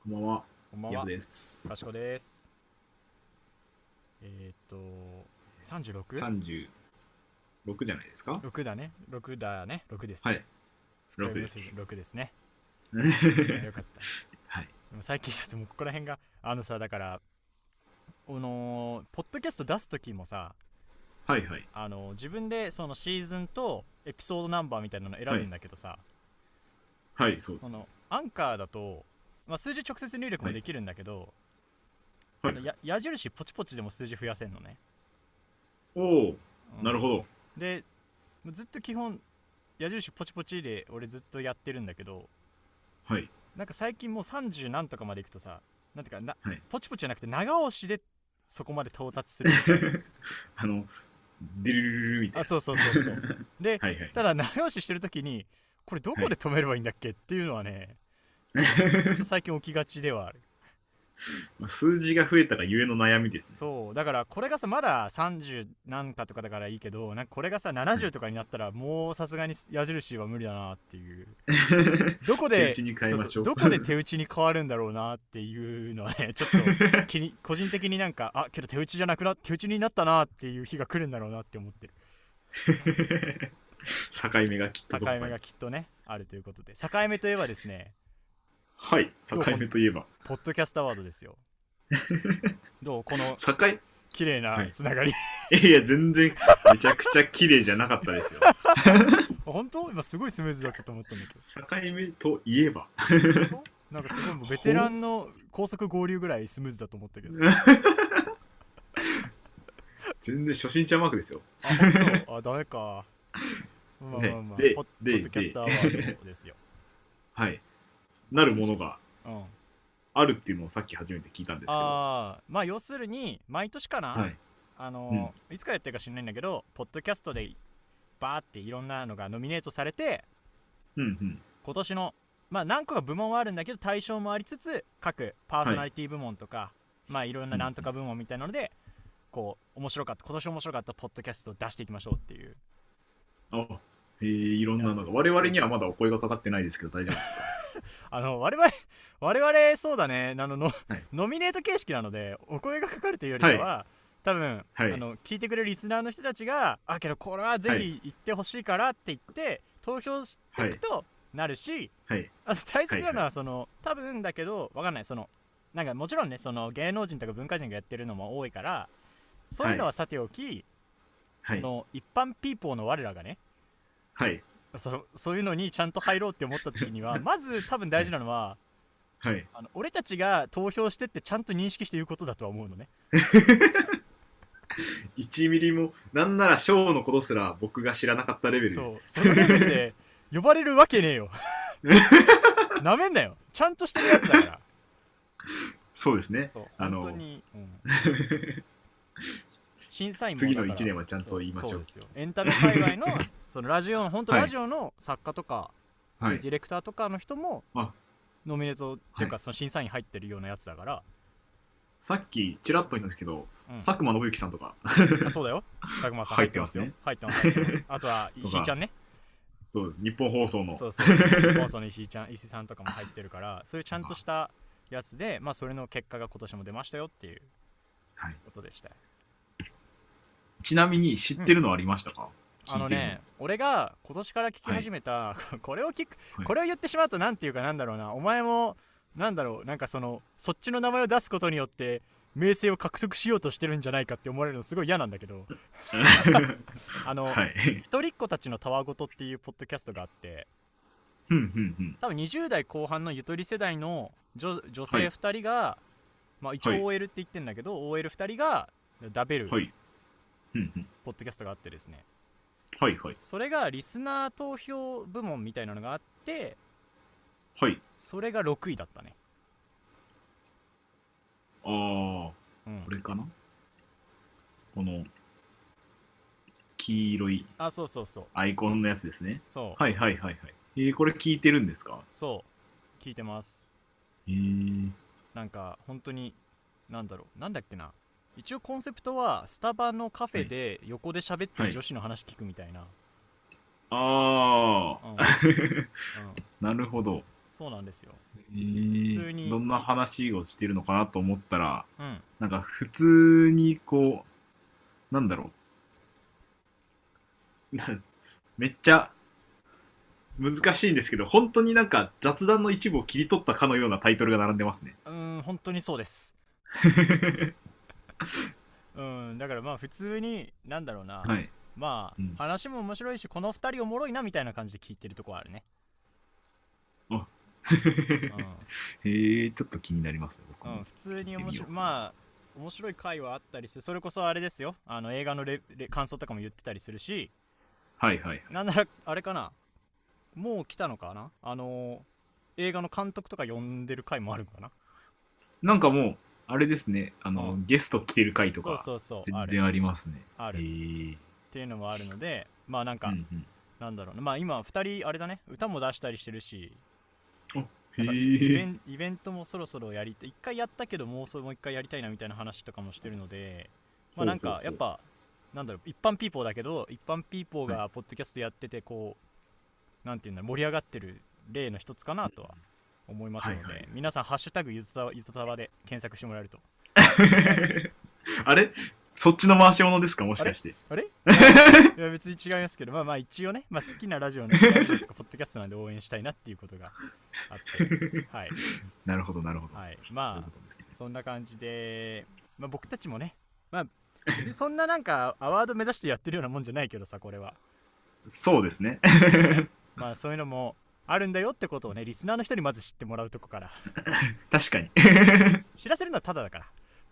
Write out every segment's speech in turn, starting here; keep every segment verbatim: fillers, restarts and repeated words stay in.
こんばんは、 こんばんは、 ヤフです。 かしこです。えー、っと、さんじゅうろく? さんじゅうろくじゃないですか？ ろく だね。ろくだね。ろくではい、 す。深ろく読みの数字です。 ろくですね。あ、よかった。 はい、 でも最近ちょっともうここら辺が、あのさ、だから、あのーポッドキャスト出す時もさ、 はい、はい、 あのー自分でそのシーズンとエピソードナンバーみたいなの選ぶんはい、 だけどさ、 はい、そうですね。 このアンカーだと、まあ、数字直接入力はい、 もできるんだけど、 はい、はい。 あのや矢印ポチポチでも数字増やせんのね。 おお、 うん、 なるほど。 で、ずっと基本矢印ポチポチで俺ずっとやってるんだけど、 はい、 なんか最近もうさんじゅう何とかまでいくとさ、なんていうかな、 はい。 ポチポチじゃなくて長押しでそこまで到達するみたいな。 あの、ディルルルルルみたいあ、そうそうそうそう。で、 な。はい、はい、 ただ長押ししてるときに、これどはい。 こで止めればいいんだっけっていうのはね、ちょっと最近起きがちではある。 まあ数字が増えたがゆえの悩みですね。 そう、だからこれがさ、まださんじゅう何かとかだからいいけど、なんかこれがさ、 はい。 ななじゅうとかになったら、もうさすがに矢印は無理だなっていう。どこで、 手打ちに変えそうそう、 ましょう。 どこで手打ちに変わるんだろうなっていうのはね、ちょっと気に、個人的になんか、あ、けど手打ちじゃなくな、手打ちになったなっていう日が来るんだろうなって思ってる。 境目がきっと境どこかに。 目がきっとね、あるということで。境目といえばですね、 はい、境どうこの、 目といえば。 ポッドキャストアワードですよ。どうこの、 境、 綺麗はい。 なつながり。 いや、全然、めちゃくちゃ綺麗じゃなかったですよ。 本当今すごいスムーズだったと思ったんだけど。 境目といえば。 本当なんかすごいもうベテラほんンの高速合流ぐらいスムーズだと思ったけど。 全然初心者マークですよ。 あ、本当あ、ダメか。まあまあね、 まあ、 で、 ポッポッで、で、 ドキャストアワードですよ。 はい。なるものがうん。 あるっていうのをさっき初めて聞いたんですけど。 ああ、まあ要するに、毎年かな、 はい。 あうん。 のいつからやってるか知らないんだけど、ポッドキャストでバーっていろんなのがノミネートされて、 うん、うん。 今年の、まあ何個か部門はあるんだけど、対象もありつつ、各パーソはい。 ナリティ部門とか、まあいろんなうん、 なんとか部門みたいなので、こう、面白かった、今年面白かったポッドキャストを出していきましょうっていううん。あ、へえ、いろんやつ。 なのが。我々 そうそう。 にはまだお声がかかってないですけど大丈夫ですか？ あの、我々、我々、そうだね、あのの、 はい。 ノミネート形式なので、お声がかかるというよりはい。 かは、多分はい。 あの聞いてくれるリスナーの人たちが、あ、けどこれはぜはい。 ひ言ってほしいからって言って投票してはい。 いくとなるし、 はい。 あと大はい。 切なのはい。 はその多分だけどわかんない、そのなんかもちろんね、その芸能人とか文化人がやってるのも多いから、そうはい。 いうのはさておき、 はい。 この一般ピーポーの我らがね、 はい。 そのそういうのにちゃんと入ろうって思った時には、まず多分大事なのは、 はい。 あの俺たちが投票してってちゃんと認識して言うことだとは思うのね。 いちミリも、なんならショーのことすら僕が知らなかったレベルで。 そうそのレベルで呼ばれるわけねえよ。なめんなよ、ちゃんとしてるやつだから。 そうですね。 そうあの、 本当に、うん、審査員も次の1 だから、 年はちゃんそうと言いましょう。 そうですよ、エンタメ界隈のそのラジオの本当はい。 ラジオの作家とか、そうはい。 いうディレクターとかの人もあ、 ノミネートっていうか、 はい。 その審査員入ってるようなやつだから。 さっきちらっと言ったんですけど、 うん、 佐久間信之さんとかあ、そうだよ、佐久間さん入ってますよ、 入ってますね。 入ってます入ってます。あとはとか、 石井ちゃんね。 そう、日本放送の。 そうそうそう、日本放送の石井ちゃん、石井さんとかも入ってるから、そういうちゃんとしたやつで、まあそれの結果が今年も出ましたよっていうはい。 ことでしたよ。 ちなみに知っうん。 てるのありましたか？聞いてるの。 あのね、俺が今年から聞きはい。 始めたこれを聞く、 はい。 これを言ってしまうとなんていうか、なんだろうな、お前もなんだろう、なんかそのそっちの名前を出すことによって名声を獲得しようとしてるんじゃないかって思われるのすごい嫌なんだけど、あのはい。 一人っ子たちのたわごとっていうポッドキャストがあって、 ふんふんふん。 多分にじゅう代後半のゆとり世代の女女性はい。 ふたりが、まあ一応はい。 オーエル って言ってんだけど、 オーエルふたりがダベるはい。ふんふん。 ポッドキャストがあってですね、 はい。はい。 それがリスナー投票部門みたいなのがあって、 はい。 それがろくいだったね。 あー、 うん。 これかな、この黄色いあ、そうそうそう。 アイコンのやつですね。 そう。 はいはいはいはい。えー、これ聞いてるんですか？ そう。聞いてます。 えー、 なんか、本当に、なんだろう。なんだっけな。一応コンセプトは、スタバのカフはい。 ェで横で喋ってはい。 る女子の話聞くみたいな。 あうん。うん。 ー。なるほど。 そうなんですよ。 えー、 普通にどんな話をしてるのかなと思ったら、 うん。 なんか普通にこう、なんだろう。なめっちゃ難しいんですけど、本当になんか雑談の一部を切り取ったかのようなタイトルが並んでますね。 うーん、本当にそうです。うん、だからまあ普通に、なんだろうな。 はい。 まうん。 あ、話も面白いし、この二人おもろいなみたいな感じで聞いてるとこあるね。 あうへえ、ちょっと気になりますね、僕ん。うも。 ん、普通に面白い。 見てみようかな。 まあ、面白い回はあったりする。それこそあれですよ。あの映画のレレ感想とかも言ってたりするし、 はいはいはい。 なんなら、あれかな。もう来たのかなあのー、映画の監督とか呼んでる回もあるのかな。 なんかもう、あれですね、あの、 うん。 ゲスト来てる回とか、 そうそうそう、ある。 全然ありますね。へある。 え。 っていうのもあるので、まあなんか、 うんうん。 なんだろうな。まあ今、二人、あれだね、歌も出したりしてるし、 あ、へなんかイベえ。 ンイベントもそろそろやりたい、一回やったけどもうそもう一回やりたいなみたいな話とかもしてるので、まあなんほうほうほう。 かやっぱなんだろう、一般ピーポーだけど一般ピーポーはい。 がポッドキャストやっててこうなんていうんだろう、盛り上がってる例の一つかなとは思いますので、 はいはい。 皆さんハッシュタグゆとたわゆとたわで検索してもらえると。 あれそっちの回し物ですかもしあれかして。 あれいや別に違いますけど、まあまあ一応ね、まあ、好きなラジオのラジオとかポッドキャストなんで応援したいなっていうことがあってはいなるほどなるほど。 はいそういうまあことですね。 そんな感じで、まあ、僕たちもね、まあ、別にそんななんかアワード目指してやってるようなもんじゃないけどさ、これは。 そうですね。 ね、まあそういうのもあるんだよってことをね、リスナーの人にまず知ってもらうとこから確かに。 知らせるのはただだから。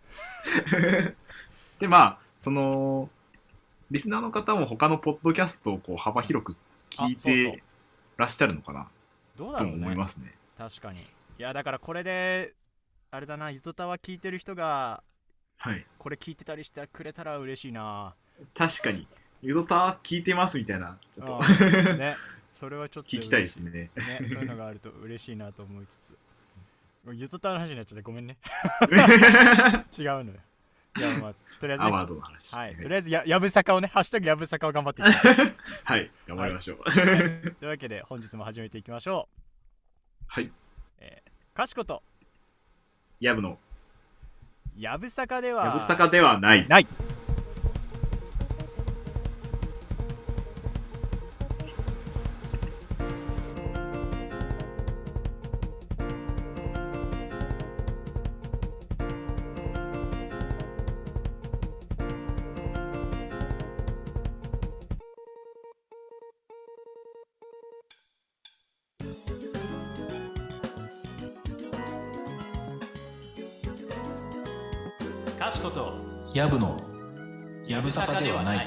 で、まあ、その、リスナーの方も他のポッドキャストをこう幅広く聞いあ、そうそう。 てらっしゃるのかなともどうだろうね。 思いますね。 確かに。いや、だからこれで、あれだな、ゆとたわ聞いてる人が、 はい。 これ聞いてたりしてくれたら嬉しいな。 確かに。ゆドタ聞いてますみたいな、ちょっとうんね、それはちょっと聞きたいですね。 ね、そういうのがあると嬉しいなと思いつつ。ゆとたわの話になっちゃってごめんね。違うのよ。いや、まあ、とりあえず、ね、 アワードの話。 はい、とりあえずや、やぶさかをね、ハッシュタグやぶさかを頑張っていきます。 はい、頑張りましょう。 はいはい、というわけで、本日も始めていきましょう。 はい。 えー、かしこと、 やぶの、 やぶさかでは、 やぶさかではない。 ない。かしことやぶのやぶさかではない。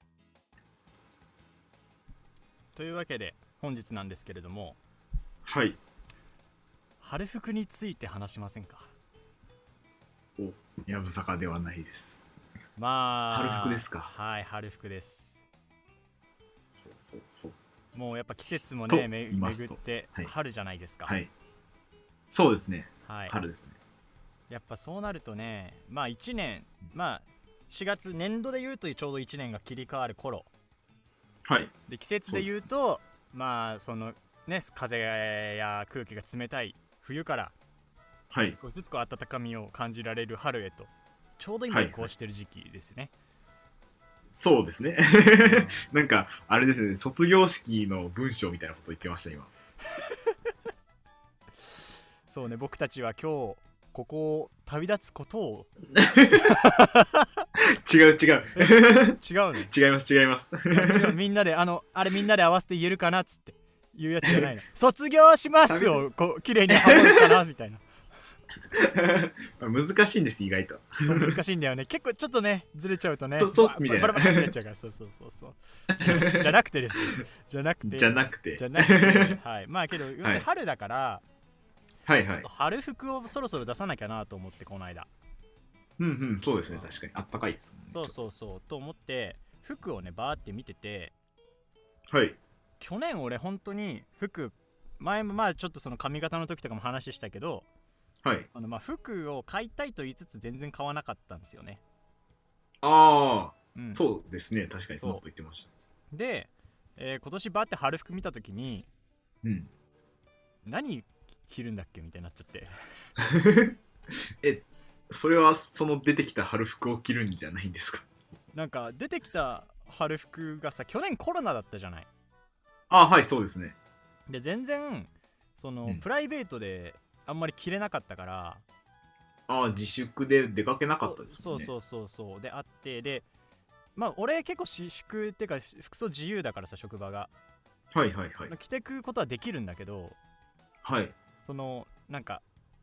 というわけで本日なんですけれども、 はい。 春服について話しませんか。 お、やぶさかではないです。 まあ春服ですか。 はい、春服です。 ほうほうほう。 もうやっぱ季節もとねめ言いますと巡ってはい春じゃないですか。 はい。そうですね。 はい、 春ですね。 やっぱそうなるとね、まあいちねん、まあしがつ、年度で言うとちょうどいちねんが切り替わる頃はい。 で、季節で言うとまあそのね、風や空気が冷たい冬からはい。 少しずつこう温かみを感じられる春へとちょうど今移行してる時期ですね。 そうですね。なんか、あれですね、卒業式の文章みたいなこと言ってました、今。 そうね、僕たちは今日ここを旅立つことを違う違う。 違うね。 違います違います。 違う、みんなであのあれみんなで合わせて言えるかなっつって言うやつじゃないの。卒業しますをこう綺麗にハモるかなみたいな。 難しいんです、意外と。 そう難しいんだよね。結構ちょっとねずれちゃうとね、 そうそうバみたいなバラバラになっちゃうから。そうそうそうそうじゃなくてですね、じゃなくてじゃなくて。 じゃなくてはい、まあけど要するに春だから、 はいはい。 春服をそろそろ出さなきゃなと思って、この間。 うんうん、そうですね、確かに。あったかいですもんね。 そうそうそうと思って服をねバーって見てて、 はい。 去年俺本当に服、前もまあちょっとその髪型の時とかも話したけど、 はい。 あのまあ服を買いたいと言いつつ全然買わなかったんですよね。 ああ、 うん、 そうですね、確かにそんなこと言ってました。 で、えー今年バーって春服見た時に、 うん。 何着るんだっけみたいになっちゃって。 え、それはその出てきた春服を着るんじゃないんですか？ なんか出てきた春服がさ、去年コロナだったじゃない。 あ、はい、そうですね。 で全然その、 うん、 プライベートであんまり着れなかったから、 あ、自粛で出かけなかったですもんね。 そうそうそうそうであって、でまあ俺結構私服っていうか服装自由だからさ、職場がはいはいはい。 着てくことはできるんだけど、 はい。 そのなんか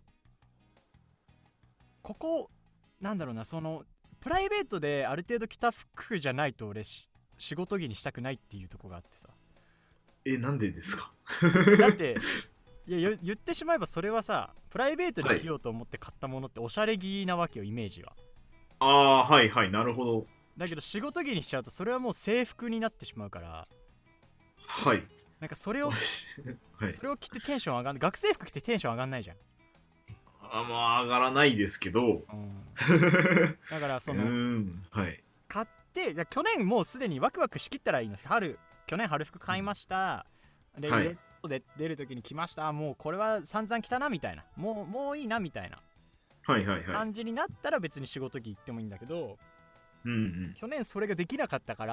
ここなんだろうな、そのプライベートである程度着た服じゃないと俺し仕事着にしたくないっていうとこがあってさ。 え、なんでですか？ だっていや言ってしまえばそれはさ、プライベートではい。 着ようと思って買ったものっておしゃれ着なわけよ、イメージは。 ああ、はいはい、なるほど。 だけど仕事着にしちゃうとそれはもう制服になってしまうから、 はい。 なんかそれをはい。 それを着てテンション上がんない、学生服着てテンション上がんないじゃん。 あ、まあ、上がらないですけど。 うん、だからその、 うーん、はい。 買って、いや去年もうすでにワクワクしきったらいいの。春去年春服買いました、で、 はい、 イベントで出るときに来ました、もうこれは散々来たなみたいな、もうもういいなみたいなはいはいはい。 感じになったら別に仕事着行ってもいいんだけど、 うんうん。 去年それができなかったから、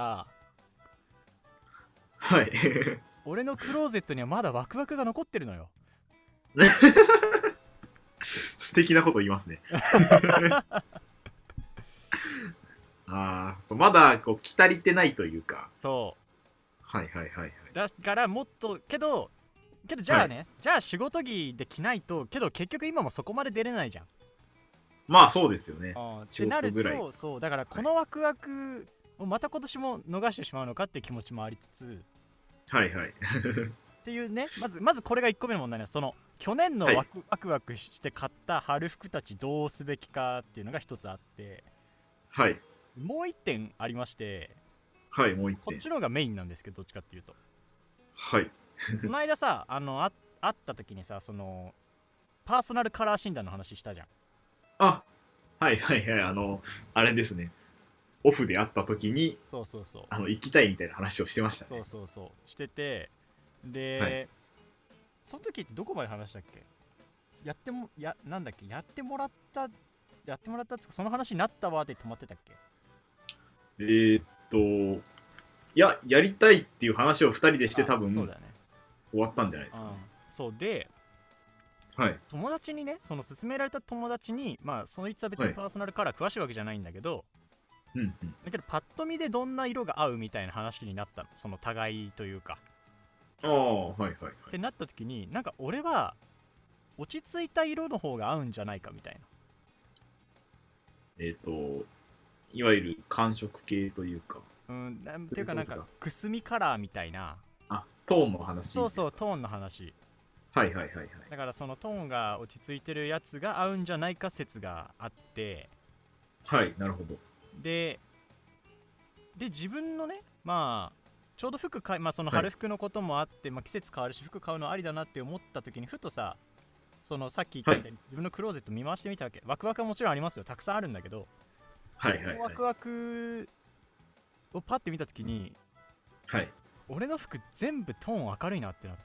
はい。 俺のクローゼットにはまだワクワクが残ってるのよ。 素敵なこと言いますね。ああ、そう、まだこう着足りてないというか。 そはいはいはいはい。 うだからもっとけどけどじゃあね、はい、じゃあ仕事着で着ないと、けど結局今もそこまで出れないじゃん。 まあそうですよね。 ってなると、そうだからこのワクワクをまた今年も逃してしまうのかっていう気持ちもありつつ、 はいはい。 っていうね、まずまずこれがいっこめの問題なんです。その去年のワク、はい、ワクワクして買った春服たちどうすべきかっていうのが一つあって、 はい。 もう一点ありまして、 はい、もう一点。 こっちの方がメインなんですけど、どっちかっていうと。 はい。 この間さ、あの、あ会った時にさ、その、パーソナルカラー診断の話したじゃん。 あ、はいはいはい、あの、あれですね。オフで会った時に、 そうそうそう。 あの、行きたいみたいな話をしてましたね。 そうそうそう。してて、で、はい、その時ってどこまで話したっけ？やっても、や、なんだっけ、やってもらった、やってもらったっつか、その話になったわで止まってたっけ？ えー、っと、いや、やりたいっていう話をふたりでして多分、 そうだね、 終わったんじゃないですか、ね。 そうで、 はい、 友達にね、その勧められた友達に、まあ、そいつは別にパーソナルカラー詳しいわけじゃないんだけど、 はい、うんうん、 だけどパッと見でどんな色が合うみたいな話になったの、その互いというか。 ああ、はいはいはい。 ってなった時に、なんか俺は落ち着いた色の方が合うんじゃないかみたいな。 えっ、ー、と、いわゆる寒色系というか。 うん、っていうかなんかくすみカラーみたいな。 あ、トーンの話。 そうそう、トーンの話。 はいはいはいはい。 だからそのトーンが落ち着いてるやつが合うんじゃないか説があって、 はい、なるほど。 で、で自分のね、まあちょうど服買い、まあその春服のこともあって、はい、まあ季節変わるし服買うのありだなって思った時にふとさ、そのさっき言ったみたいに自分のクローゼット見回してみたわけ。ワクワクはもちろんありますよ、たくさんあるんだけど、 はいはいはい、 ワクワクをパッて見た時に、 はい、 俺の服全部トーン明るいなってなった。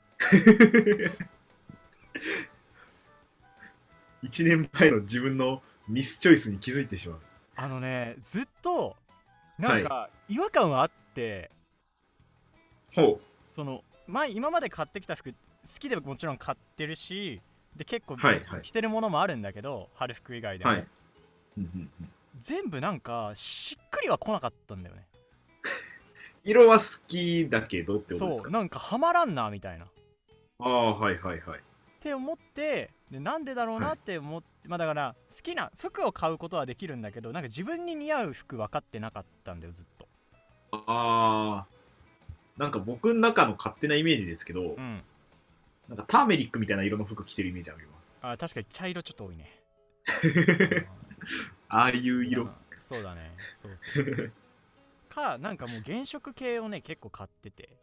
いちねんまえの自分のミスチョイスに気づいてしまう。 あのね、ずっとなんか違和感はあって、 はい、ほう、 その前今まで買ってきた服好きでもちろん買ってるし、で結構着てるものもあるんだけど、はい、春服以外でも、はい、全部なんかしっくりは来なかったんだよね。 色は好きだけどってことですか？ そう、なんかハマらんなみたいな。 ああ、はいはいはい。 って思って、でなんでだろうなって思って、はい、まあだから好きな服を買うことはできるんだけど、なんか自分に似合う服分かってなかったんだよ、ずっと。 ああ、なんか僕の中の勝手なイメージですけど、うん、なんかターメリックみたいな色の服着てるイメージあります。 あ、確かに茶色ちょっと多いね。 ああいう色。 そうだね、そうそうそうか、なんかもう原色系をね結構買ってて、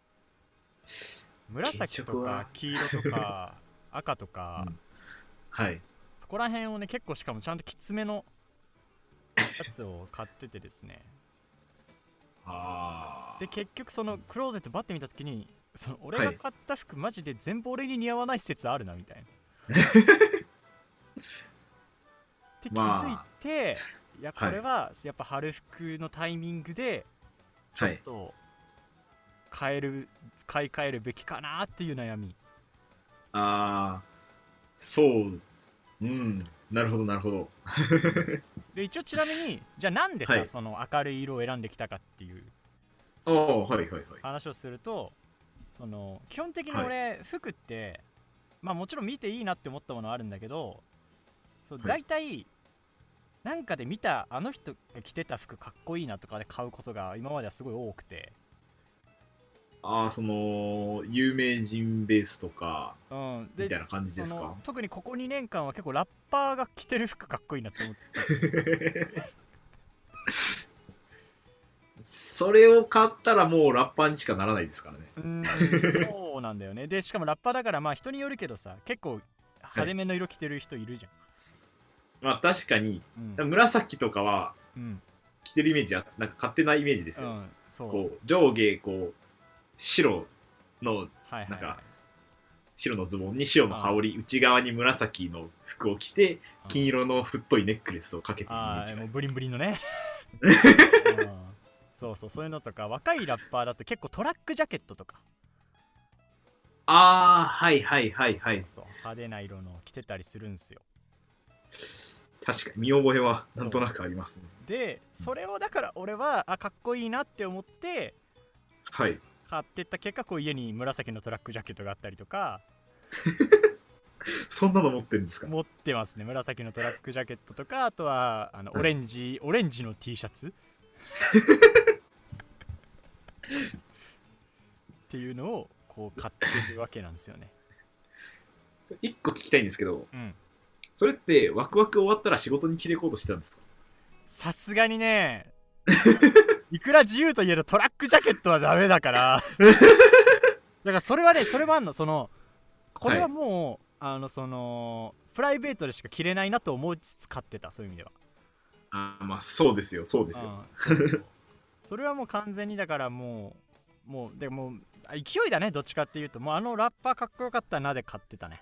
紫とか黄色とか赤とか、うん、 はい、 そこら辺をね結構、しかもちゃんときつめのやつを買っててですね。あで結局そのクローゼットバッて見た時にその俺が買った服、はい、マジで全部俺に似合わない説あるなみたいなって気づいて、まあ、いやこれはやっぱ春服のタイミングでちょっと変える、はい、買い替えるべきかなっていう悩み。 ああ、そううん、なるほどなるほどで一応ちなみにじゃあなんでさ、 はい、 その明るい色を選んできたかっていう話をすると、その基本的に俺、はい、服ってまあもちろん見ていいなって思ったものはあるんだけど、そう大体、はい、なんかで見たあの人が着てた服かっこいいなとかで買うことが今まではすごい多くて、 ああ、その有名人ベースとか、うん、みたいな感じですか。 特にここにねんかんは結構ラッパーが着てる服かっこいいなって思ってそれを買ったらもうラッパーにしかならないですからね。 うーん、そうなんだよね。でしかもラッパーだからまあ人によるけどさ、結構派手めの色着てる人いるじゃん、 はい、まあ確かに、うん、紫とかは着てるイメージはなんか勝手なイメージですよ、うん、そうこう上下こう白のなんか白のズボンに白の羽織、内側に紫の服を着て金色の太いネックレスをかけてるイメージが、 もうブリンブリンのねそうそう、そういうのとか、若いラッパーだと結構トラックジャケットとか、 ああ、はいはいはいはい、 そうそう、派手な色の着てたりするんですよ。 確かに見覚えはなんとなくありますね。 でそれをだから俺はあかっこいいなって思ってはい買ってった結果、こう家に紫のトラックジャケットがあったりとかそんなの持ってるんですか。 持ってますね、紫のトラックジャケットとか、あとはあのオレンジ、オレンジの T シャツっていうのをこう買ってるわけなんですよね。 一個聞きたいんですけど、 うん、 それってワクワク終わったら仕事に着ていこうとしてたんですか。 さすがにねいくら自由といえどトラックジャケットはダメだからだからそれはね、それもあんの、そのこれはもう、はい、あのそのプライベートでしか着れないなと思いつつ買ってた、そういう意味では。 あ、まあそうですよそうですよ、 うん、そうそうそれはもう完全にだからもうもうでも勢いだね、どっちかっていうと、もうあのラッパーかっこよかったなで買ってたね。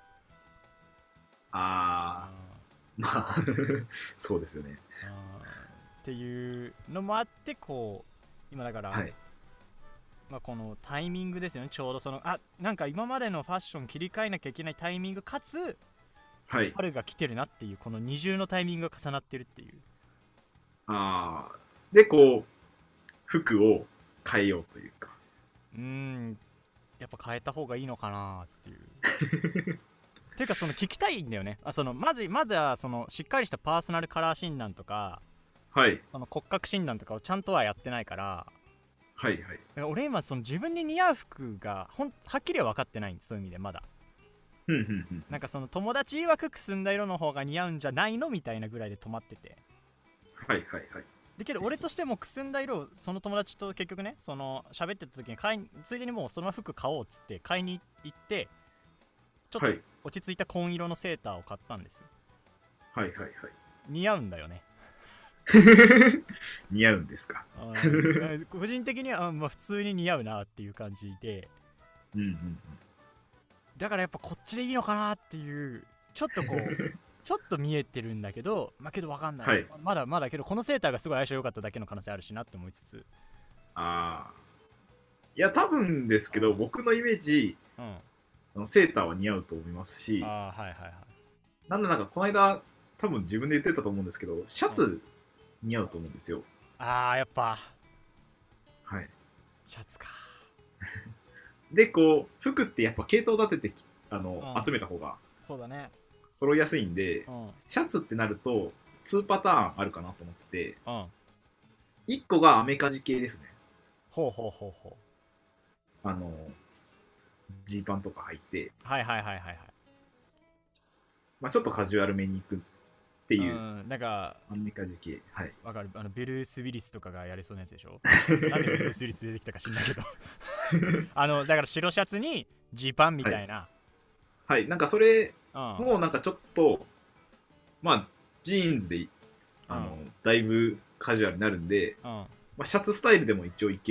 ああ、まあそうですよね。 あっていうのもあって、こう今だから、はい、まあ、このタイミングですよね、ちょうどそのあなんか今までのファッション切り替えなきゃいけないタイミングかつ、 はい、 春が来てるなっていうこの二重のタイミングが重なってるっていう。 ああ、でこう服を変えようというか、 うーん、やっぱ変えた方がいいのかなっていうていうかその聞きたいんだよね。あそのまずまずはそのしっかりしたパーソナルカラー診断とか、 はい、 その骨格診断とかをちゃんとはやってないから、 はいはい、 俺今その自分に似合う服がほんはっきりは分かってないんです、そういう意味でまだ。 うんうんうん、 なんかその友達曰くくすんだ色の方が似合うんじゃないのみたいなぐらいで止まってて、 はいはいはい。 だけど俺としてもくすんだ色をその友達と結局ね、その喋ってた時に買いついでにもうその服買おうっつって買いに行って、ちょっと落ち着いた紺色のセーターを買ったんですよ。 はいはいはい。 似合うんだよね似合うんですか。 個人的には、まあ、普通に似合うなっていう感じで、 うんうんうん、 だからやっぱこっちでいいのかなっていう、ちょっとこうちょっと見えてるんだけど、まあけど分かんない、はい、まだまだけどこのセーターがすごい相性良かっただけの可能性あるしなって思いつつ、 ああ、いや多分ですけど、うん、僕のイメージ、うん、あのセーターは似合うと思いますし、 あ、はいはいはい、 なんでなんかこの間多分自分で言ってたと思うんですけど、シャツ、うん似合うと思うんですよ。 ああ、やっぱはいシャツかでこう服ってやっぱ系統立ててあの、うん、集めた方がそうだね揃いやすいんで、 うん、 シャツってなるとにパターンあるかなと思ってて、 うん、 いっこがアメカジ系ですね。 ほうほうほうほうあのジーパンとか履いて、 はいはいはいはいはい、 まあ、ちょっとカジュアルめに行くっていう、 うん、なんかアメカジ系、はい、 わかる、あのベルース・ウィリスとかがやりそうなやつでしょなんでベルース・ウィリス出てきたか知んないけどあのだから白シャツにジーパンみたいな、 はい、はい、なんかそれ、うん、もうなんかちょっとまあジーンズであの、うん、だいぶカジュアルになるんで、うん、まあ、シャツスタイルでも一応いける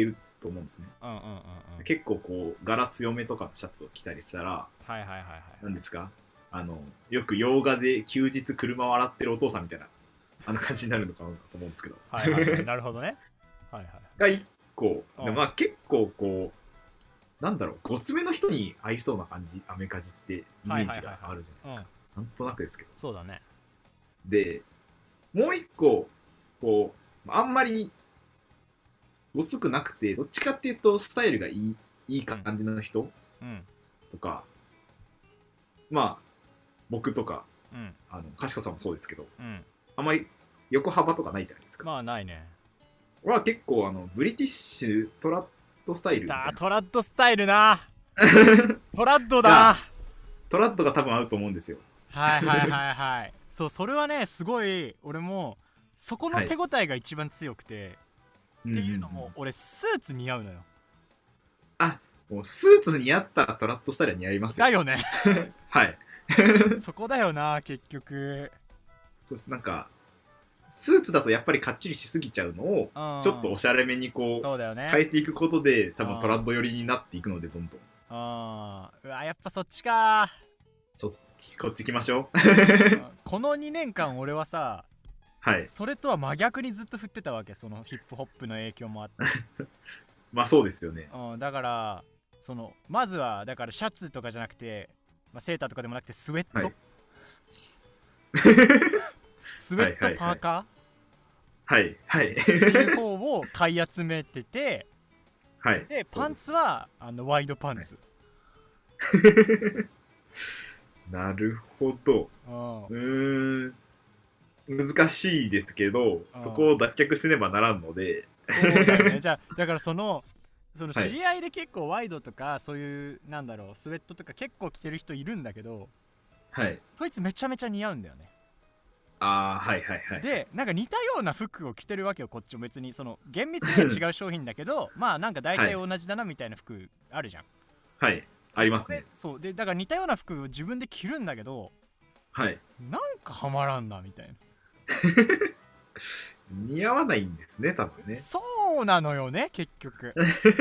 と思うんですね。 うんうんうんうん。 結構こう柄強めとかのシャツを着たりしたら、 はいはいはいはい。 なんですか、あのよく洋画で休日車を洗ってるお父さんみたいなあの感じになるのかなと思うんですけど。 はいはいはい、なるほどね。はいはい。 が一個、 うんでまあ結構こうなんだろう、ごつめの人に合いそうな感じ、アメカジってイメージがあるじゃないですか。なんとなくですけど。 そうだね。 で、もう一個こうあんまりごつくなくて、どっちかっていうとスタイルがいいいい感じの人、 うん、 とか、まあ僕とか、 うん、 あのかしこさんもそうですけど、 うん、 あんまり横幅とかないじゃないですか。 まあないね。 俺は結構あのブリティッシュトラッドスタイルみたいな。 だトラッドスタイルな。トラッドだ。 トラッドが多分合うと思うんですよ。 はいはいはいはい。そう、それはねすごい俺もそこの手応えが一番強くて、はい、っていうのも、うんうんうん、俺スーツ似合うのよ。 あ、もうスーツ似合ったらトラッドスタイルは似合いますよ。 だよね。 はいそこだよな結局。 そうです。なんかスーツだとやっぱりかっちりしすぎちゃうのをちょっとおしゃれめにこう、そうだよね、変えていくことで多分トラッド寄りになっていくので、どんどん。 ああ、うわやっぱそっちか。 そっち、こっち行きましょう。 このにねんかん俺はさ、はい、それとは真逆にずっと振ってたわけ、そのヒップホップの影響もあってまあそうですよね、 うん、だからそのまずはだからシャツとかじゃなくて、まあ、セーターとかでもなくてスウェット、はい、スウェットパーカーはいはいっていう方を買い集めてて、 はい、 でパンツはあのワイドパンツ、 はい、なるほど。うーん、難しいですけど、そこを脱却しねばならんので。 そうだよね。じゃあだからそのその知り合いで結構ワイドとか、はい、そういうなんだろうスウェットとか結構着てる人いるんだけど、 はい、 そいつめちゃめちゃ似合うんだよね。 ああ、はいはいはい。 でなんか似たような服を着てるわけよ、こっちも。別にその厳密には違う商品だけどまあなんか大体同じだなみたいな服あるじゃん。 はい、ありますね。 そうでだから似たような服を自分で着るんだけど、 はい、 なんかはまらんなみたいな。 似合わないんですね多分ね。 そうなのよね結局。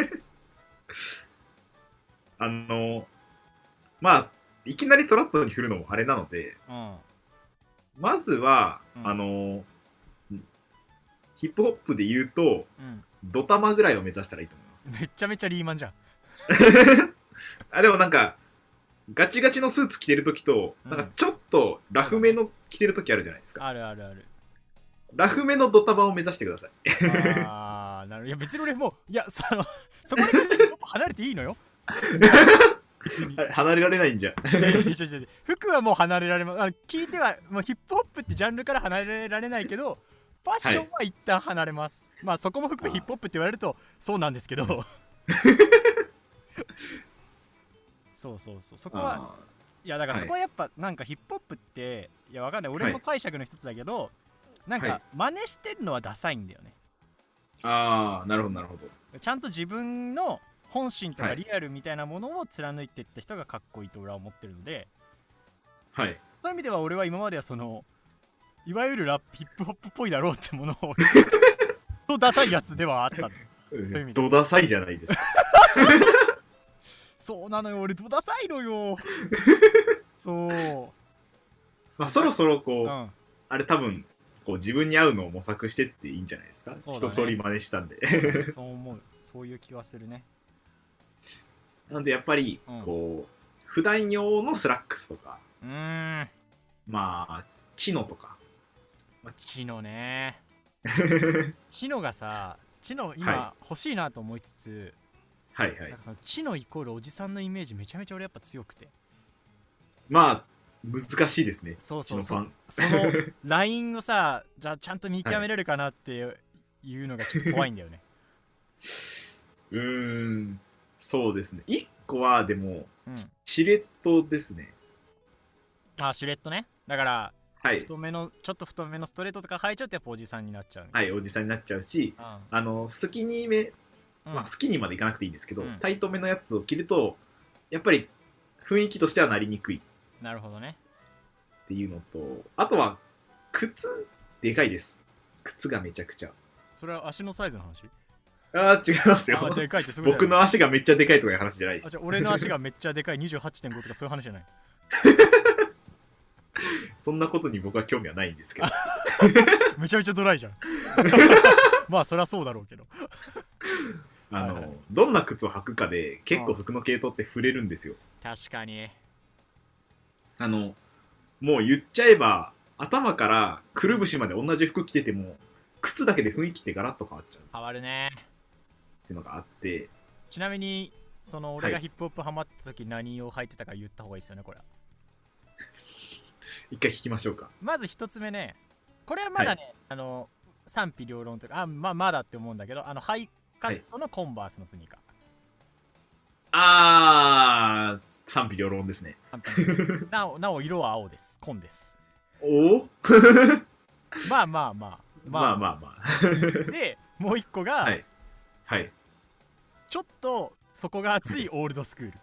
あのまあいきなりトラッドに振るのもあれなので、うん、まずは、うん、あのヒップホップで言うと、うん、ドタマぐらいを目指したらいいと思います。 めちゃめちゃリーマンじゃん。 あでもなんかガチガチのスーツ着てるときと、うん、なんかちょっとラフめの着てるときあるじゃないですか。 あるあるある。 ラフめのドタバを目指してください。 ああ、なるほど。いや別に俺もいやそのそこに関して離れていいのよ。 別に離れられないんじゃん。 服はもう離れられます。あの聞いてはもうヒップホップってジャンルから離れられないけど、ファッションは一旦離れます。はい、まあそこも含めヒップホップって言われるとそうなんですけど。そうそうそう、そこはいやだからそこはやっぱなんかヒップホップっていやわかんない、俺の解釈の一つだけど、はい、なんか真似してるのはダサいんだよね。 ああ、なるほどなるほど。 ちゃんと自分の本心とかリアルみたいなものを貫いていった人がかっこいいと俺は思ってるので、 はい、 そういう意味では俺は今まではそのいわゆるラップヒップホップっぽいだろうってものをとダサいやつではあった。そういう意味でドダサいじゃないですか。 そうなのよ、俺ドダサいのよ。そう。 まあそろそろこう、うん、あれ多分こう自分に合うのを模索してっていいんじゃないですか。ね、一通り真似したんで。 そう思う。そういう気はするね。 なんでやっぱりこう、うん、普段用のスラックスとか、 うーん、 まあチノとか、 まあ、チノね。チノがさ、チノ今、はい、欲しいなと思いつつ、 はいはい、 なんかそのチノイコールおじさんのイメージめちゃめちゃ俺やっぱ強くて、 まあ難しいですね。 そうそうそう、そのラインをさ、じゃあちゃんと見極めれるかなっていうのがちょっと怖いんだよね。 うーん、そうですね。いっこはでも、うん、シレットですね。 あ、シレットね。だから、 はい、 太めのちょっと太めのストレートとか履いちゃうとやっぱおじさんになっちゃう。 はい、おじさんになっちゃうし、うん、あのスキニーめ、まあ、スキニーまでいかなくていいんですけど、うん、タイトめのやつを着るとやっぱり雰囲気としてはなりにくい。 なるほどね。 っていうのと、あとは靴でかいです。靴がめちゃくちゃ。 それは足のサイズの話？ あー違いますよ。 あでかいってすごい僕の足がめっちゃでかいとかいう話じゃないです。 あじゃ俺の足がめっちゃでかい にじゅうはちてんご とかそういう話じゃない。 そんなことに僕は興味はないんですけど。 めちゃめちゃドライじゃん。まあそりゃそうだろうけど。 あの、 はいはい、 どんな靴を履くかで結構服の系統って触れるんですよ。 確かに。 あのもう言っちゃえば頭からくるぶしまで同じ服着てても靴だけで雰囲気ってガラッと変わっちゃう変わるねっていうのがあって。 ちなみにその俺がヒップホップハマった時何を履いてたか言った方がいいですよねこれ。 一回聞きましょうか。 まず一つ目ね、これはまだね、はい、あの賛否両論というか、あまあまだって思うんだけど、あのハイカットのコンバースのスニーカー、 はい、あー賛否両論ですね。 なおなお色は青です。紺です。 おおまあまあまあまあまあまあまあでもう一個が、 はい、はい、 ちょっと底が厚いオールドスクール。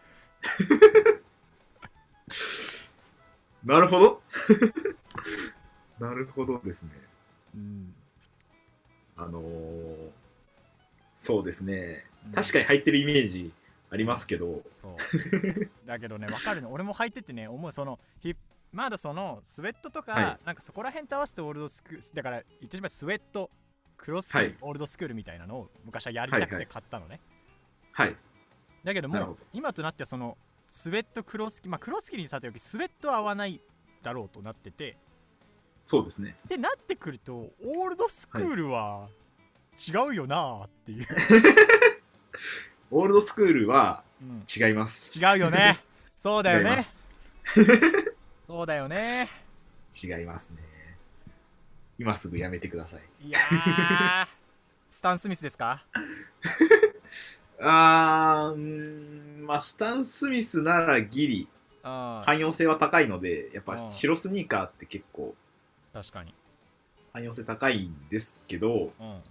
なるほど。なるほどですね。 うん、 あのー、そうですね、うん、確かに履いてるイメージありますけど、 そうだけどね、分かるの。俺も履いててね、思う。そのヒまだそのスウェットとか、はい、なんかそこら辺と合わせてオールドスクールだから、言ってしまえばスウェットクロススクール、はい、オールドスクールみたいなのを昔はやりたくて買ったのね。 はい、はい、 だけどもう今となってはそのスウェットクロス、まあクロス着にさておきスウェットは合わないだろうとなってて。 そうですね。 でなってくるとオールドスクールは違うよなーっていう、はい、 オールドスクールは違います、 うん、違うよね。そうだよね。そうだよね。 違いますね。今すぐやめてください。 いやースタン・スミスですか？ あーんまあスタン・スミスならギリ汎用性は高いので、やっぱ白スニーカーって結構確かに汎用性高いんですけど、うん、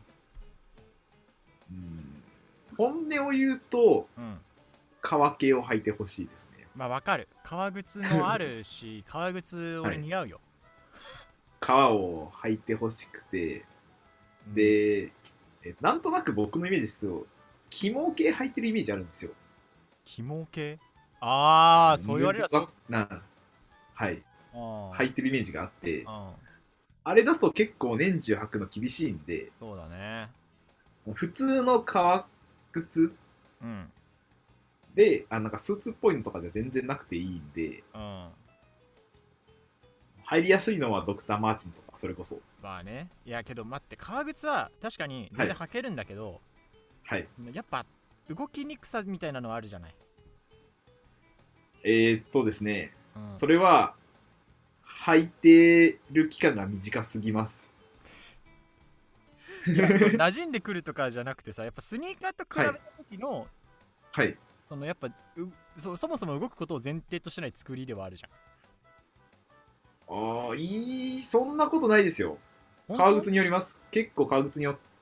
うん本音を言うと、うん、革系を履いてほしいですね。 まあわかる。革靴もあるし革靴俺似合うよ、はい、 革を履いてほしくて、うん、でえなんとなく僕のイメージですけど起毛系履いてるイメージあるんですよ。 起毛系？ああそう言われるとなはい履いてるイメージがあって、 あ, あれだと結構年中履くの厳しいんで。 そうだね。 普通の革靴、うん、であなんかスーツっぽいのとかじゃ全然なくていいんで、うん、入りやすいのはドクターマーチンとかそれこそ。 まあね。いやけど待って、革靴は確かに全然履けるんだけど、 はい、 やっぱ動きにくさみたいなのはあるじゃない。 えー、っとですね、うん、それは履いてる期間が短すぎます。 いやそ馴染んでくるとかじゃなくてさ、やっぱスニーカーと比べた時の、 はい、はい、 そのやっぱ そ, そもそも動くことを前提としない作りではあるじゃん。ああいいそんなことないですよ。革靴によります。結構革靴によって、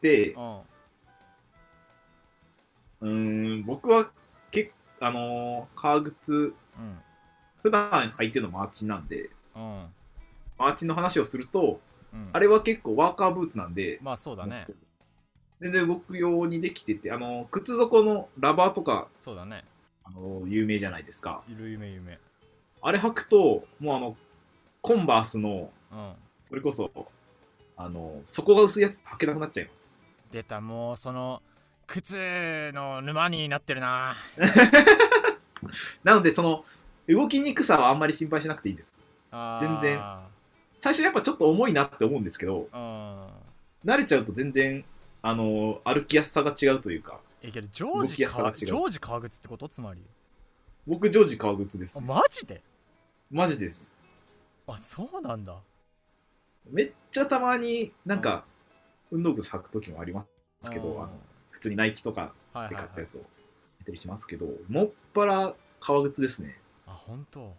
うーん僕はけあのー、革靴、うん、普段履いてるのマーチンなんで、うん、マーチンの話をすると、うん、あれは結構ワーカーブーツなんで、 まあそうだね。 全然動くようにできてて、あの靴底のラバーとか、 そうだね、 あの有名じゃないですか。 いる有名有名。 あれ履くともうあのコンバースの、うん、それこそあの底が薄いやつ履けなくなっちゃいます。 出た、もうその靴の沼になってるな。 なのでその動きにくさはあんまり心配しなくていいです。全然最初やっぱちょっと重いなって思うんですけど、慣れちゃうと全然あの歩きやすさが違うというか。 えけどジョージ革ジョージ革靴ってこと？つまり僕ジョージ革靴です、ね、 マジで？ マジです。 あ、そうなんだ。 めっちゃたまになんか運動靴履く時もありますけど、あの普通にナイキとかで買ったやつを見たりしますけど、はいはいはい、もっぱら革靴ですね。 あ、本当。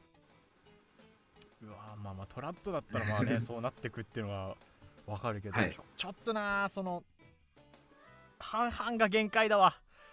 うわまあまあトラッドだったらまあねそうなってくっていうのはわかるけど、はい、ちょ、ちょっとなその半々が限界だわ。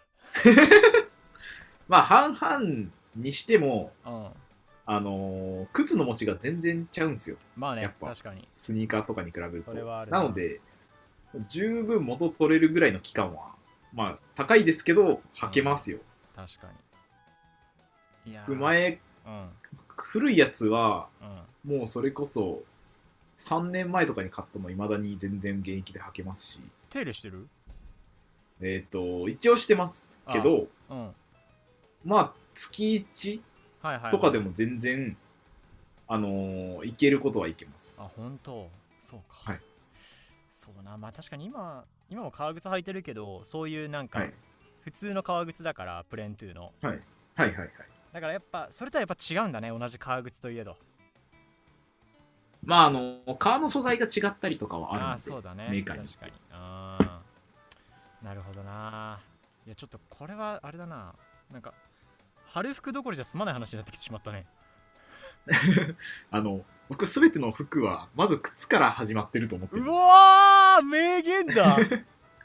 まあ半々にしても、うん、あのー、靴の持ちが全然ちゃうんですよ。 まあね、やっぱ確かにスニーカーとかに比べると。 それはあるなので十分元取れるぐらいの期間はまあ高いですけど履けますよ、 うん、確かに。いや前、うん、古いやつは、うん、もうそれこそさんねんまえとかに買ったのいまだに全然現役で履けますし。 手入れしてる？ えっ、ー、と一応してますけど、うん、まあ月いちとかでも全然、はいはいはい、あのー、いけることはいけます。 あ、本当。そうか。 はい。 そうな、まあ確かに今今も革靴履いてるけど、そういうなんか、はい、普通の革靴だからプレーントゥーの、 はい、はいはいはい。 だからやっぱそれとはやっぱ違うんだね、同じ革靴といえど。 まああの革の素材が違ったりとかはあるので、 あ、そうだね、 メーカーに。 確かに。あなるほどな。いやちょっとこれはあれだな、なんか春服どころじゃ済まない話になってきてしまったね。 あの僕すべての服はまず靴から始まってると思ってる。 うわー、名言だ。フ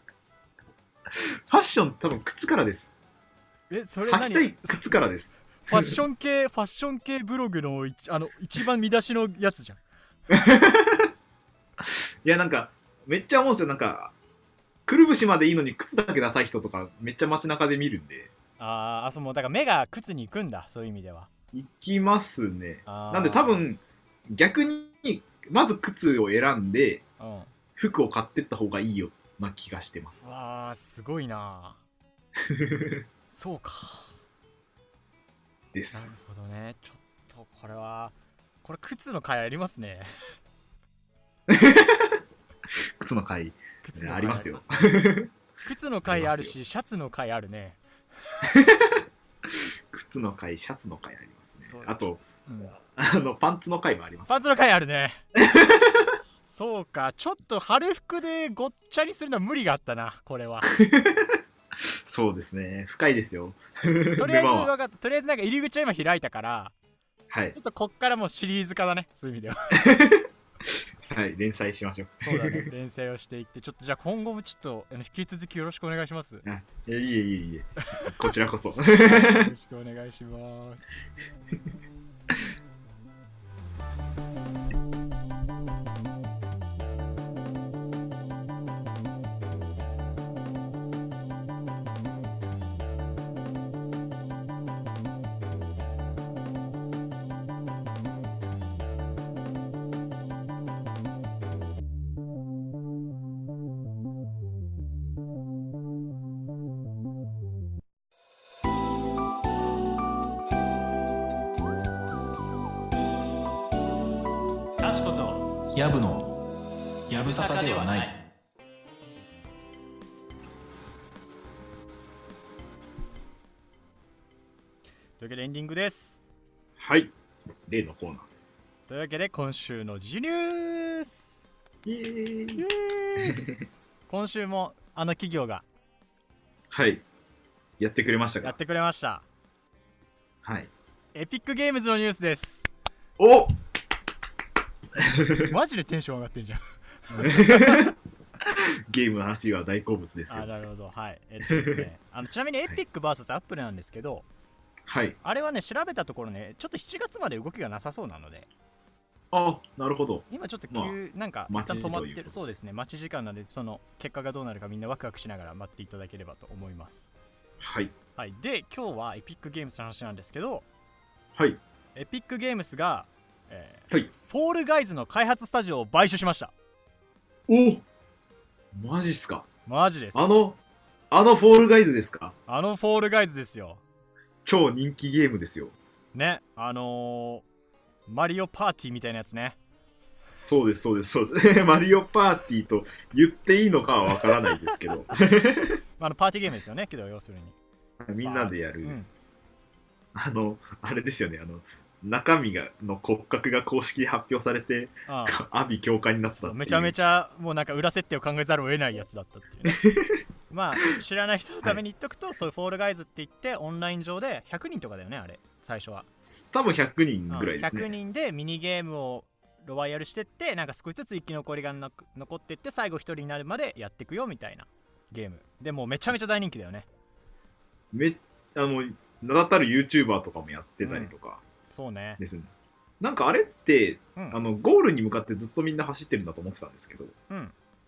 ァッション多分靴からです。 え、それ何？ 履きたい靴からです。 ファッション系ファッション系ブログのあの一番見出しのやつじゃん。 いやなんかめっちゃ思うんですよ。なんかくるぶしまでいいのに靴だけダサい人とかめっちゃ街中で見るんで。 ああ、そう、もうだから目が靴に行くんだ、そういう意味では。 行きますね。なんで多分逆にまず靴を選んで、うん、服を買ってった方がいいよな気がしてます。 わあ、すごいな。そうか。 です。 なるほどね。ちょっとこれはこれ靴の回ありますね。 靴の回ありますよ。 靴の回あるし、シャツの回あるね。 靴の回、シャツの回ありますね。あと、うん、あのパンツの回もあります。 パンツの回あるね。そうか、ちょっと春服でごっちゃにするのは無理があったな、これは。 そうですね、深いですよ。 とりあえず分かった。とりあえずなんか入り口は今開いたから、 はい、 ちょっとこっからもうシリーズ化だね、そういう意味では。 はい、連載しましょう。 そうだね、連載をしていって、ちょっとじゃあ今後もちょっと引き続きよろしくお願いします。 あ、いえいえいえいえ、こちらこそ。よろしくお願いします。 やぶのやぶさかではない。 というわけでエンディングです。 はい、例のコーナーというわけで今週のGニュース。イエーイ。今週もあの企業がはいやってくれましたか。 やってくれました。 はい、 エピックゲームズのニュースです。 おマジでテンション上がってんじゃん。 ゲームの話は大好物ですよ。 あ、なるほど。はい。えっとですね、あのちなみにエピック ブイエス アップルなんですけど、 はい、 あれはね調べたところね、ちょっとしちがつまで動きがなさそうなので。 あ、なるほど。 今ちょっと急、まあ、なんか一旦止まってる。そうですね、待ち時間なんで、その結果がどうなるかみんなワクワクしながら待っていただければと思います。 はい、 はい、で今日はエピックゲームスの話なんですけど、 はい、 エピックゲームスが、えーはい、 フォールガイズの開発スタジオを買収しました。 お、マジっすか。 マジです。 あのあのフォールガイズですか。 あのフォールガイズですよ。 超人気ゲームですよね。あのー、マリオパーティーみたいなやつね。 そうですそうですそうです。マリオパーティーと言っていいのかはわからないですけど。 あのパーティーゲームですよね。けど要するにみんなでやる、うん、あのあれですよね。あの中身がの骨格が公式で発表されて、ああ阿鼻教官になったっていう。 めちゃめちゃもうなんか裏設定を考えざるを得ないやつだったっていうね。まあ知らない人のために言っとくと、はい、そういうフォールガイズって言ってオンライン上でひゃくにんとかだよね、あれ最初は。多分ひゃくにんぐらいですね。ひゃくにんでミニゲームをロワイヤルしてって、なんか少しずつ生き残りがなく残っていって、最後ひとりになるまでやっていくよみたいなゲームで、もうめちゃめちゃ大人気だよね。めあの名だたる YouTuber とかもやってたりとか、うん、 そうねですね。なんかあれって、うん、あのゴールに向かってずっとみんな走ってるんだと思ってたんですけど、 うん、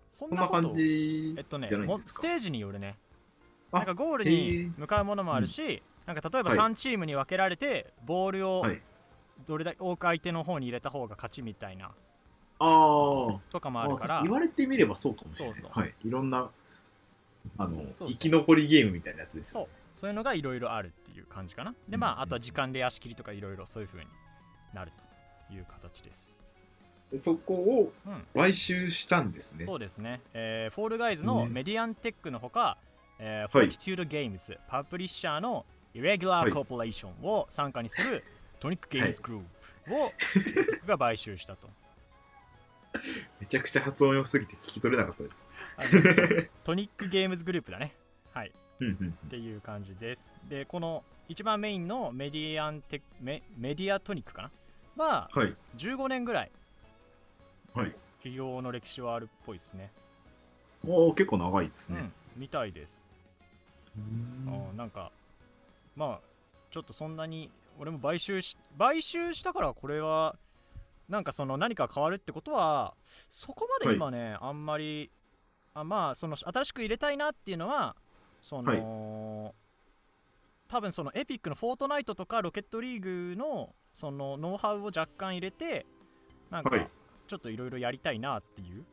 そんなこと感じえっとねじゃないんですか。 ステージによるね。 あなんかゴールに向かうものもあるし、うん、なんか例えばさんチームに分けられて、ボールをどれだけ多く相手の方に入れた方が勝ちみたいな、 あーとかもあるから、 言われてみればそうかもしれない。 そうそう、 はい、いろんなあのそうそう生き残りゲームみたいなやつですよ、 ね、そうそういうのがいろいろあるっていう感じかな。でまあ、うん、あとは時間レア仕切りとかいろいろそういう風になるという形です。 そこを買収したんですね。 うん、そうですね、えー、フォールガイズのメディアンテックのほか、ね、えー、フォーティチュードゲームズ、パブリッシャーのイレギュラーコーポレーションを傘下にするトニックゲームズグループを僕が買収したと。 めちゃくちゃ発音良すぎて聞き取れなかったです。 トニックゲームズグループだね。はい。っていう感じです。で、この一番メインのメディアンテメメディアトニックかなは、はい、じゅうごねんぐらい、はい、企業の歴史はあるっぽいですね。 おー、結構長いですね。 うん、みたいです。あ、なんかまあちょっとそんなに俺も買収し買収したからこれはなんかその何か変わるってことはそこまで今ね、はい、あんまりあまあその新しく入れたいなっていうのはその、はい、多分そのエピックのフォートナイトとかロケットリーグのそのノウハウを若干入れてなんかちょっといろいろやりたいなっていう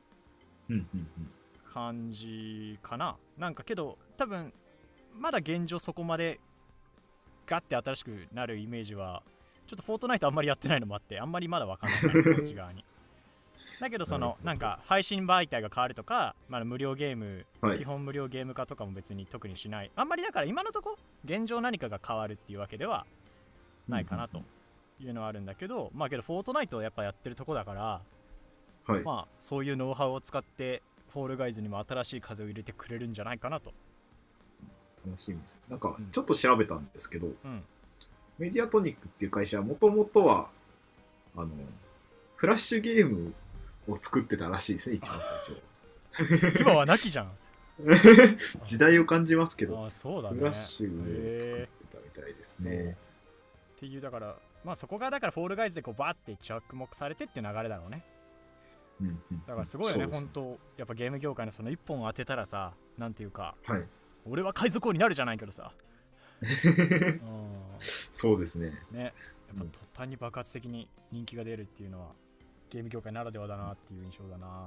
感じかな。なんかけど多分まだ現状そこまでガッて新しくなるイメージはちょっとフォートナイトあんまりやってないのもあってあんまりまだ分かんないからこっち側にだけどそのなんか配信媒体が変わるとか、まあ、無料ゲーム、はい、基本無料ゲーム化とかも別に特にしないあんまりだから今のとこ現状何かが変わるっていうわけではないかなというのはあるんだけど、まあけどフォートナイトをやっぱやってるとこだから、はい、まあそういうノウハウを使ってフォールガイズにも新しい風を入れてくれるんじゃないかなと。 楽しみです。なんかちょっと調べたんですけど、うん、メディアトニックっていう会社はもともとはあのフラッシュゲームを作ってたらしいですね、一番最初。 今はなきじゃん。 時代を感じますけど、 あ、そうだね、 フラッシュを作ってたみたいですね。 っていうだからまあそこがだからフォールガイズでこうバーって着目されてっていう流れだろうね。うんうん、だからすごいよね、本当やっぱゲーム業界のその一本を当てたらさ、なんていうか、はい、俺は海賊王になるじゃないけどさ。 そうですね。 ね、やっぱ途端に爆発的に人気が出るっていうのはゲーム業界ならではだなっていう印象だな。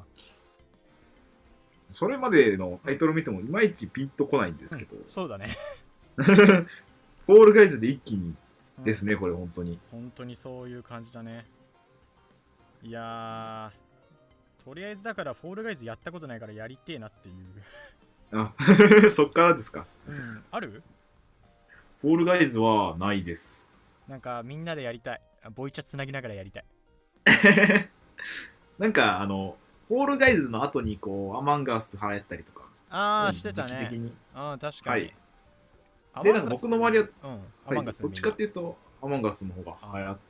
それまでのタイトル見てもいまいちピンとこないんですけど、うん、 そうだね。 フォールガイズで一気にですね、うん、これ本当に本当にそういう感じだね。いやー、とりあえずだからフォールガイズやったことないからやりてえなっていう。 あ、そっからですか。 うん、ある？ フォールガイズはないです。 なんかみんなでやりたい。ボイチャつなぎながらやりたい。 なんかあのフォールガイズの後にこうアマンガース流行ったりとか。 ああ、してたね。ああ、確かに。 はい、でなんか僕の周りは、うん、はい、どっちかっていうとアマンガスの方が流行って、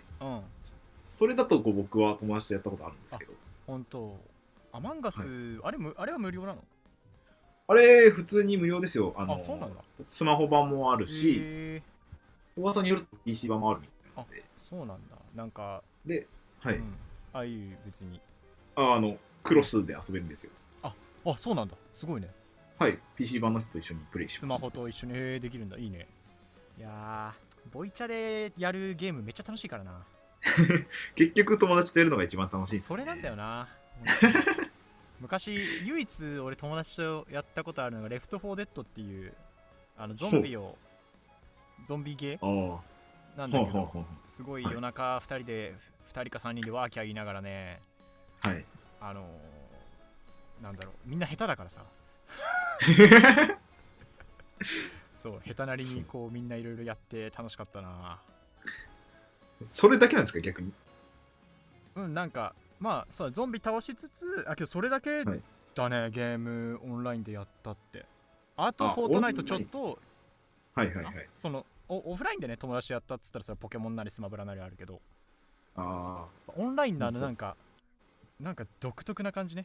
うん、それだとこう僕は友達とやったことあるんですけど。 本当。アマンガス、はい、あれむあれは無料なの？ あれ普通に無料ですよ。あのあ、そうなんだ。 スマホ版もあるし、噂によると ピーシー 版もあるみたいなので。 あ、そうなんだ。なんかで、はい。うん、 ああいう別にああのクロスで遊べるんですよ。 あ、あ、そうなんだ。すごいね。 はい、ピーシー 版の人と一緒にプレイします。 スマホと一緒にできるんだ。いいね。いやー、ボイチャでやるゲームめっちゃ楽しいからな。 結局友達とやるのが一番楽しいです、ね。 それなんだよな。昔唯一俺友達とやったことあるのがレフトフォーデッドっていうあのゾンビをゾンビゲーなんだけど、すごい夜中ふたりでふたりかさんにんでワーキャー言いながらね、はい、あのー、なんだろう、みんな下手だからさ。そう、下手なりにこうみんないろいろやって楽しかったな。 それだけなんですか、逆に？ うん、なんかまあそうゾンビ倒しつつ、あけどそれだけだね、はい、ゲームオンラインでやったって。あとフォートナイトちょっと、 はいはいはい、 そのオフラインでね友達とやったっつったらそれポケモンなりスマブラなりあるけど、あオンラインなのなんかなんか独特な感じね。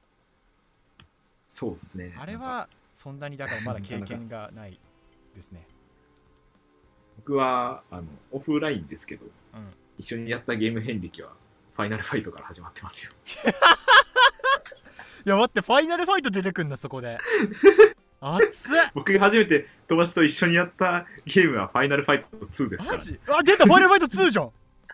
そうですね。 あれはそんなにだからまだ経験がないですね。 僕はあのオフラインですけど、うん、一緒にやったゲーム遍歴はファイナルファイトから始まってますよ。 いや待って、ファイナルファイト出てくんだそこで。熱っ。 僕が初めて友達と一緒にやったゲームはファイナルファイトツーですから。 マジ？あ、出た、ファイナルファイトツーじゃん。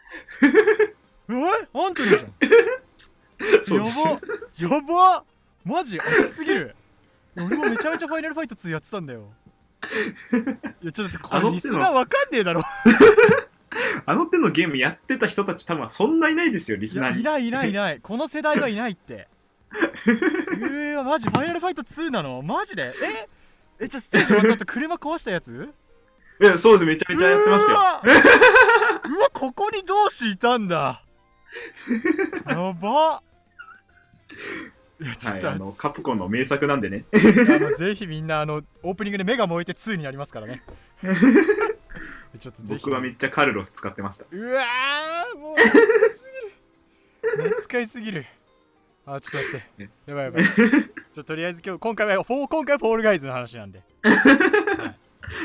え、アントニーじゃん。 そうです。 やばやば、マジ熱すぎる。俺もめちゃめちゃファイナルファイトツーやってたんだよ。いやちょっとこれリスナーわかんねえだろ。 あの手のゲームやってた人たち多分そんないないですよ、リスナーに。 いないいないいない。この世代はいないって。えー、マジファイナルファイトツーなの？マジで？ええ、じゃあステージ終わった後車壊したやつ？ いや、そうです、めちゃめちゃやってましたよ。 うわ、ここに同志いたんだ。やば。いや、ちょっと、はい、あのカプコンの名作なんでね。 あのぜひみんなあのオープニングで目が燃えてツーになりますからね。ちょっとぜひ。 僕はめっちゃカルロス使ってました。 うわー、もう懐かしすぎる。懐かしすぎる。あ、ちょっと待って。やばいやばい。ちょっととりあえず今日今回はフォー今回はフォールガイズの話なんで。はい。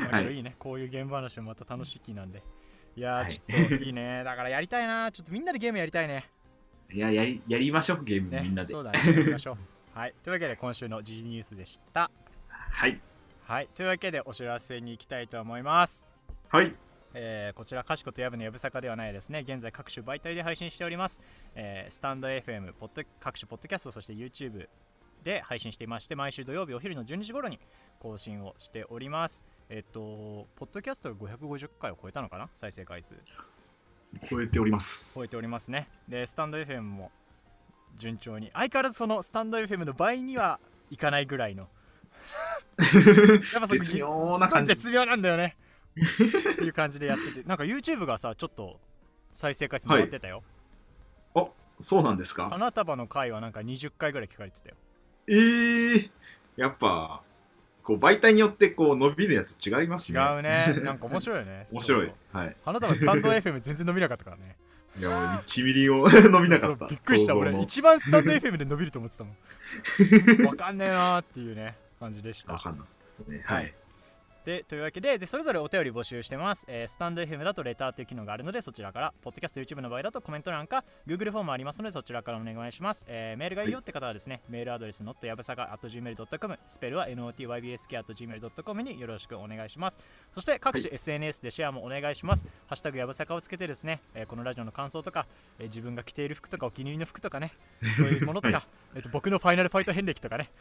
まあ、いいね。こういうゲーム話もまた楽しい気なんで。いやー、はい、ちょっといいね。だからやりたいな。ちょっとみんなでゲームやりたいね。 いや、やり、やりましょう、ゲーム、ね、みんなで。 そうだね、やりましょう。はい。というわけで、今週の時事ニュースでした。 はい。 はい。というわけで、お知らせに行きたいと思います。 はい。 えー、こちら、かしことやぶのやぶさかではないですね。現在、各種媒体で配信しております。えー、スタンド エフエム、ポッド各種ポッドキャスト、そして YouTube で配信していまして、毎週土曜日お昼のじゅうにじ頃に更新をしております。えっと、ポッドキャストがごひゃくごじゅっかいを超えたのかな、再生回数。 超えております。 超えておりますね。で、スタンド エフエム も順調に、相変わらずそのスタンド エフエム の倍にはいかないぐらいのやっぱそ絶妙な感じ。 絶妙なんだよねっていう感じでやってて、なんか YouTube がさ、ちょっと再生回数回ってたよ。 はい、あ、そうなんですか。 花束の回はなんかにじゅっかいぐらい聞かれてたよ。 えー、やっぱこう媒体によってこう伸びるやつ違いますね。 違うね。なんか面白いよね。 面白い。はい。 花束スタンド エフエム 全然伸びなかったからね。 いや、俺いちミリを伸びなかった。 びっくりした。俺一番スタンド エフエム で伸びると思ってたもん。わかんねえなーっていうね感じでした。 わかんないですね。はい。 でというわけで、でそれぞれお便り募集してます。えー、スタンド エフエム だとレターという機能があるのでそちらから、ポッドキャスト YouTube の場合だとコメント欄か Google フォームありますのでそちらからお願いします。えー、メールがいいよって方はですね、はい、メールアドレス ノットヤブサカ アットジーメールドットコム、 スペルは ノーティーワイビーエスケー アットジーメールドットコム によろしくお願いします。そして各種 エスエヌエス でシェアもお願いします。はい、ハッシュタグヤブサカをつけてですね、えー、このラジオの感想とか、えー、自分が着ている服とかお気に入りの服とかね、そういうものとか、はい、えー、と僕のファイナルファイト遍歴とかね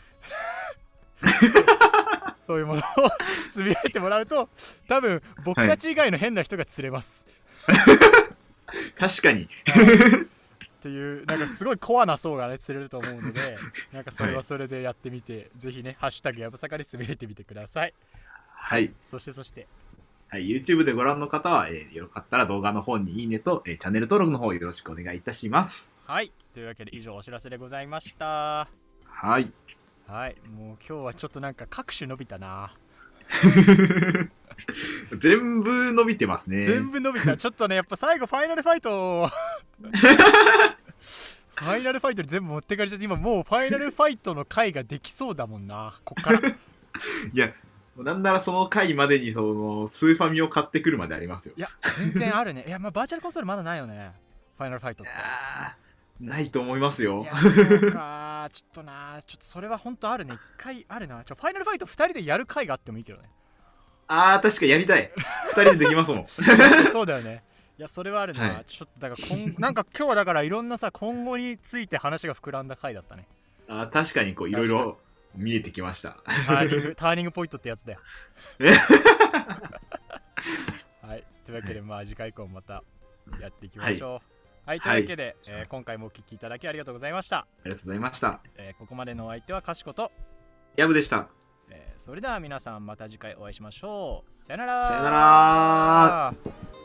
そういうものをつぶやいてもらうと、多分僕たち以外の変な人が釣れます、 はい、確かにっていう、なんかすごいコアな層がね釣れると思うので、なんかそれはそれでやってみて、はい、ぜひねハッシュタグやぶさかでつぶやいてみてください。 はい。 そしてそしてはい、YouTube でご覧の方は、えー、よかったら動画の方にいいねと、えー、チャンネル登録の方よろしくお願いいたします。 はい。というわけで以上お知らせでございました。 はい。 はい、もう今日はちょっとなんか各種伸びたな全部伸びてますね。 全部伸びた。ちょっとね、やっぱ最後ファイナルファイトファイナルファイトに全部持ってかれちゃって、今もうファイナルファイトの回ができそうだもんな、こっからいや、なんならその回までにそのスーファミを買ってくるまでありますよ。 いや、全然あるね。いや、まあバーチャルコンソールまだないよね、ファイナルファイトって。 ないと思いますよ。 いや、そうかちょっとな、ちょっとそれは本当あるね。一回あるな。ちょファイナルファイトふたりでやる回があってもいいけどね。 あー、確かやりたい。ふたりでできますもん。 そうだよね。いや、それはあるな、はい、ちょっとだから今なんか今日はだからいろんなさ、今後について話が膨らんだ回だったね。 あー、確かにこういろいろ見えてきました。 ターニングターニングポイントってやつだよ。はい、というわけで、まあ次回以降またやっていきましょう。はいはい、というわけで、はい、えー、今回もお聞きいただきありがとうございました。 ありがとうございました。 えー、ここまでのお相手はかしことやぶでした。 えー、それでは皆さんまた次回お会いしましょう。さよなら。 さよなら。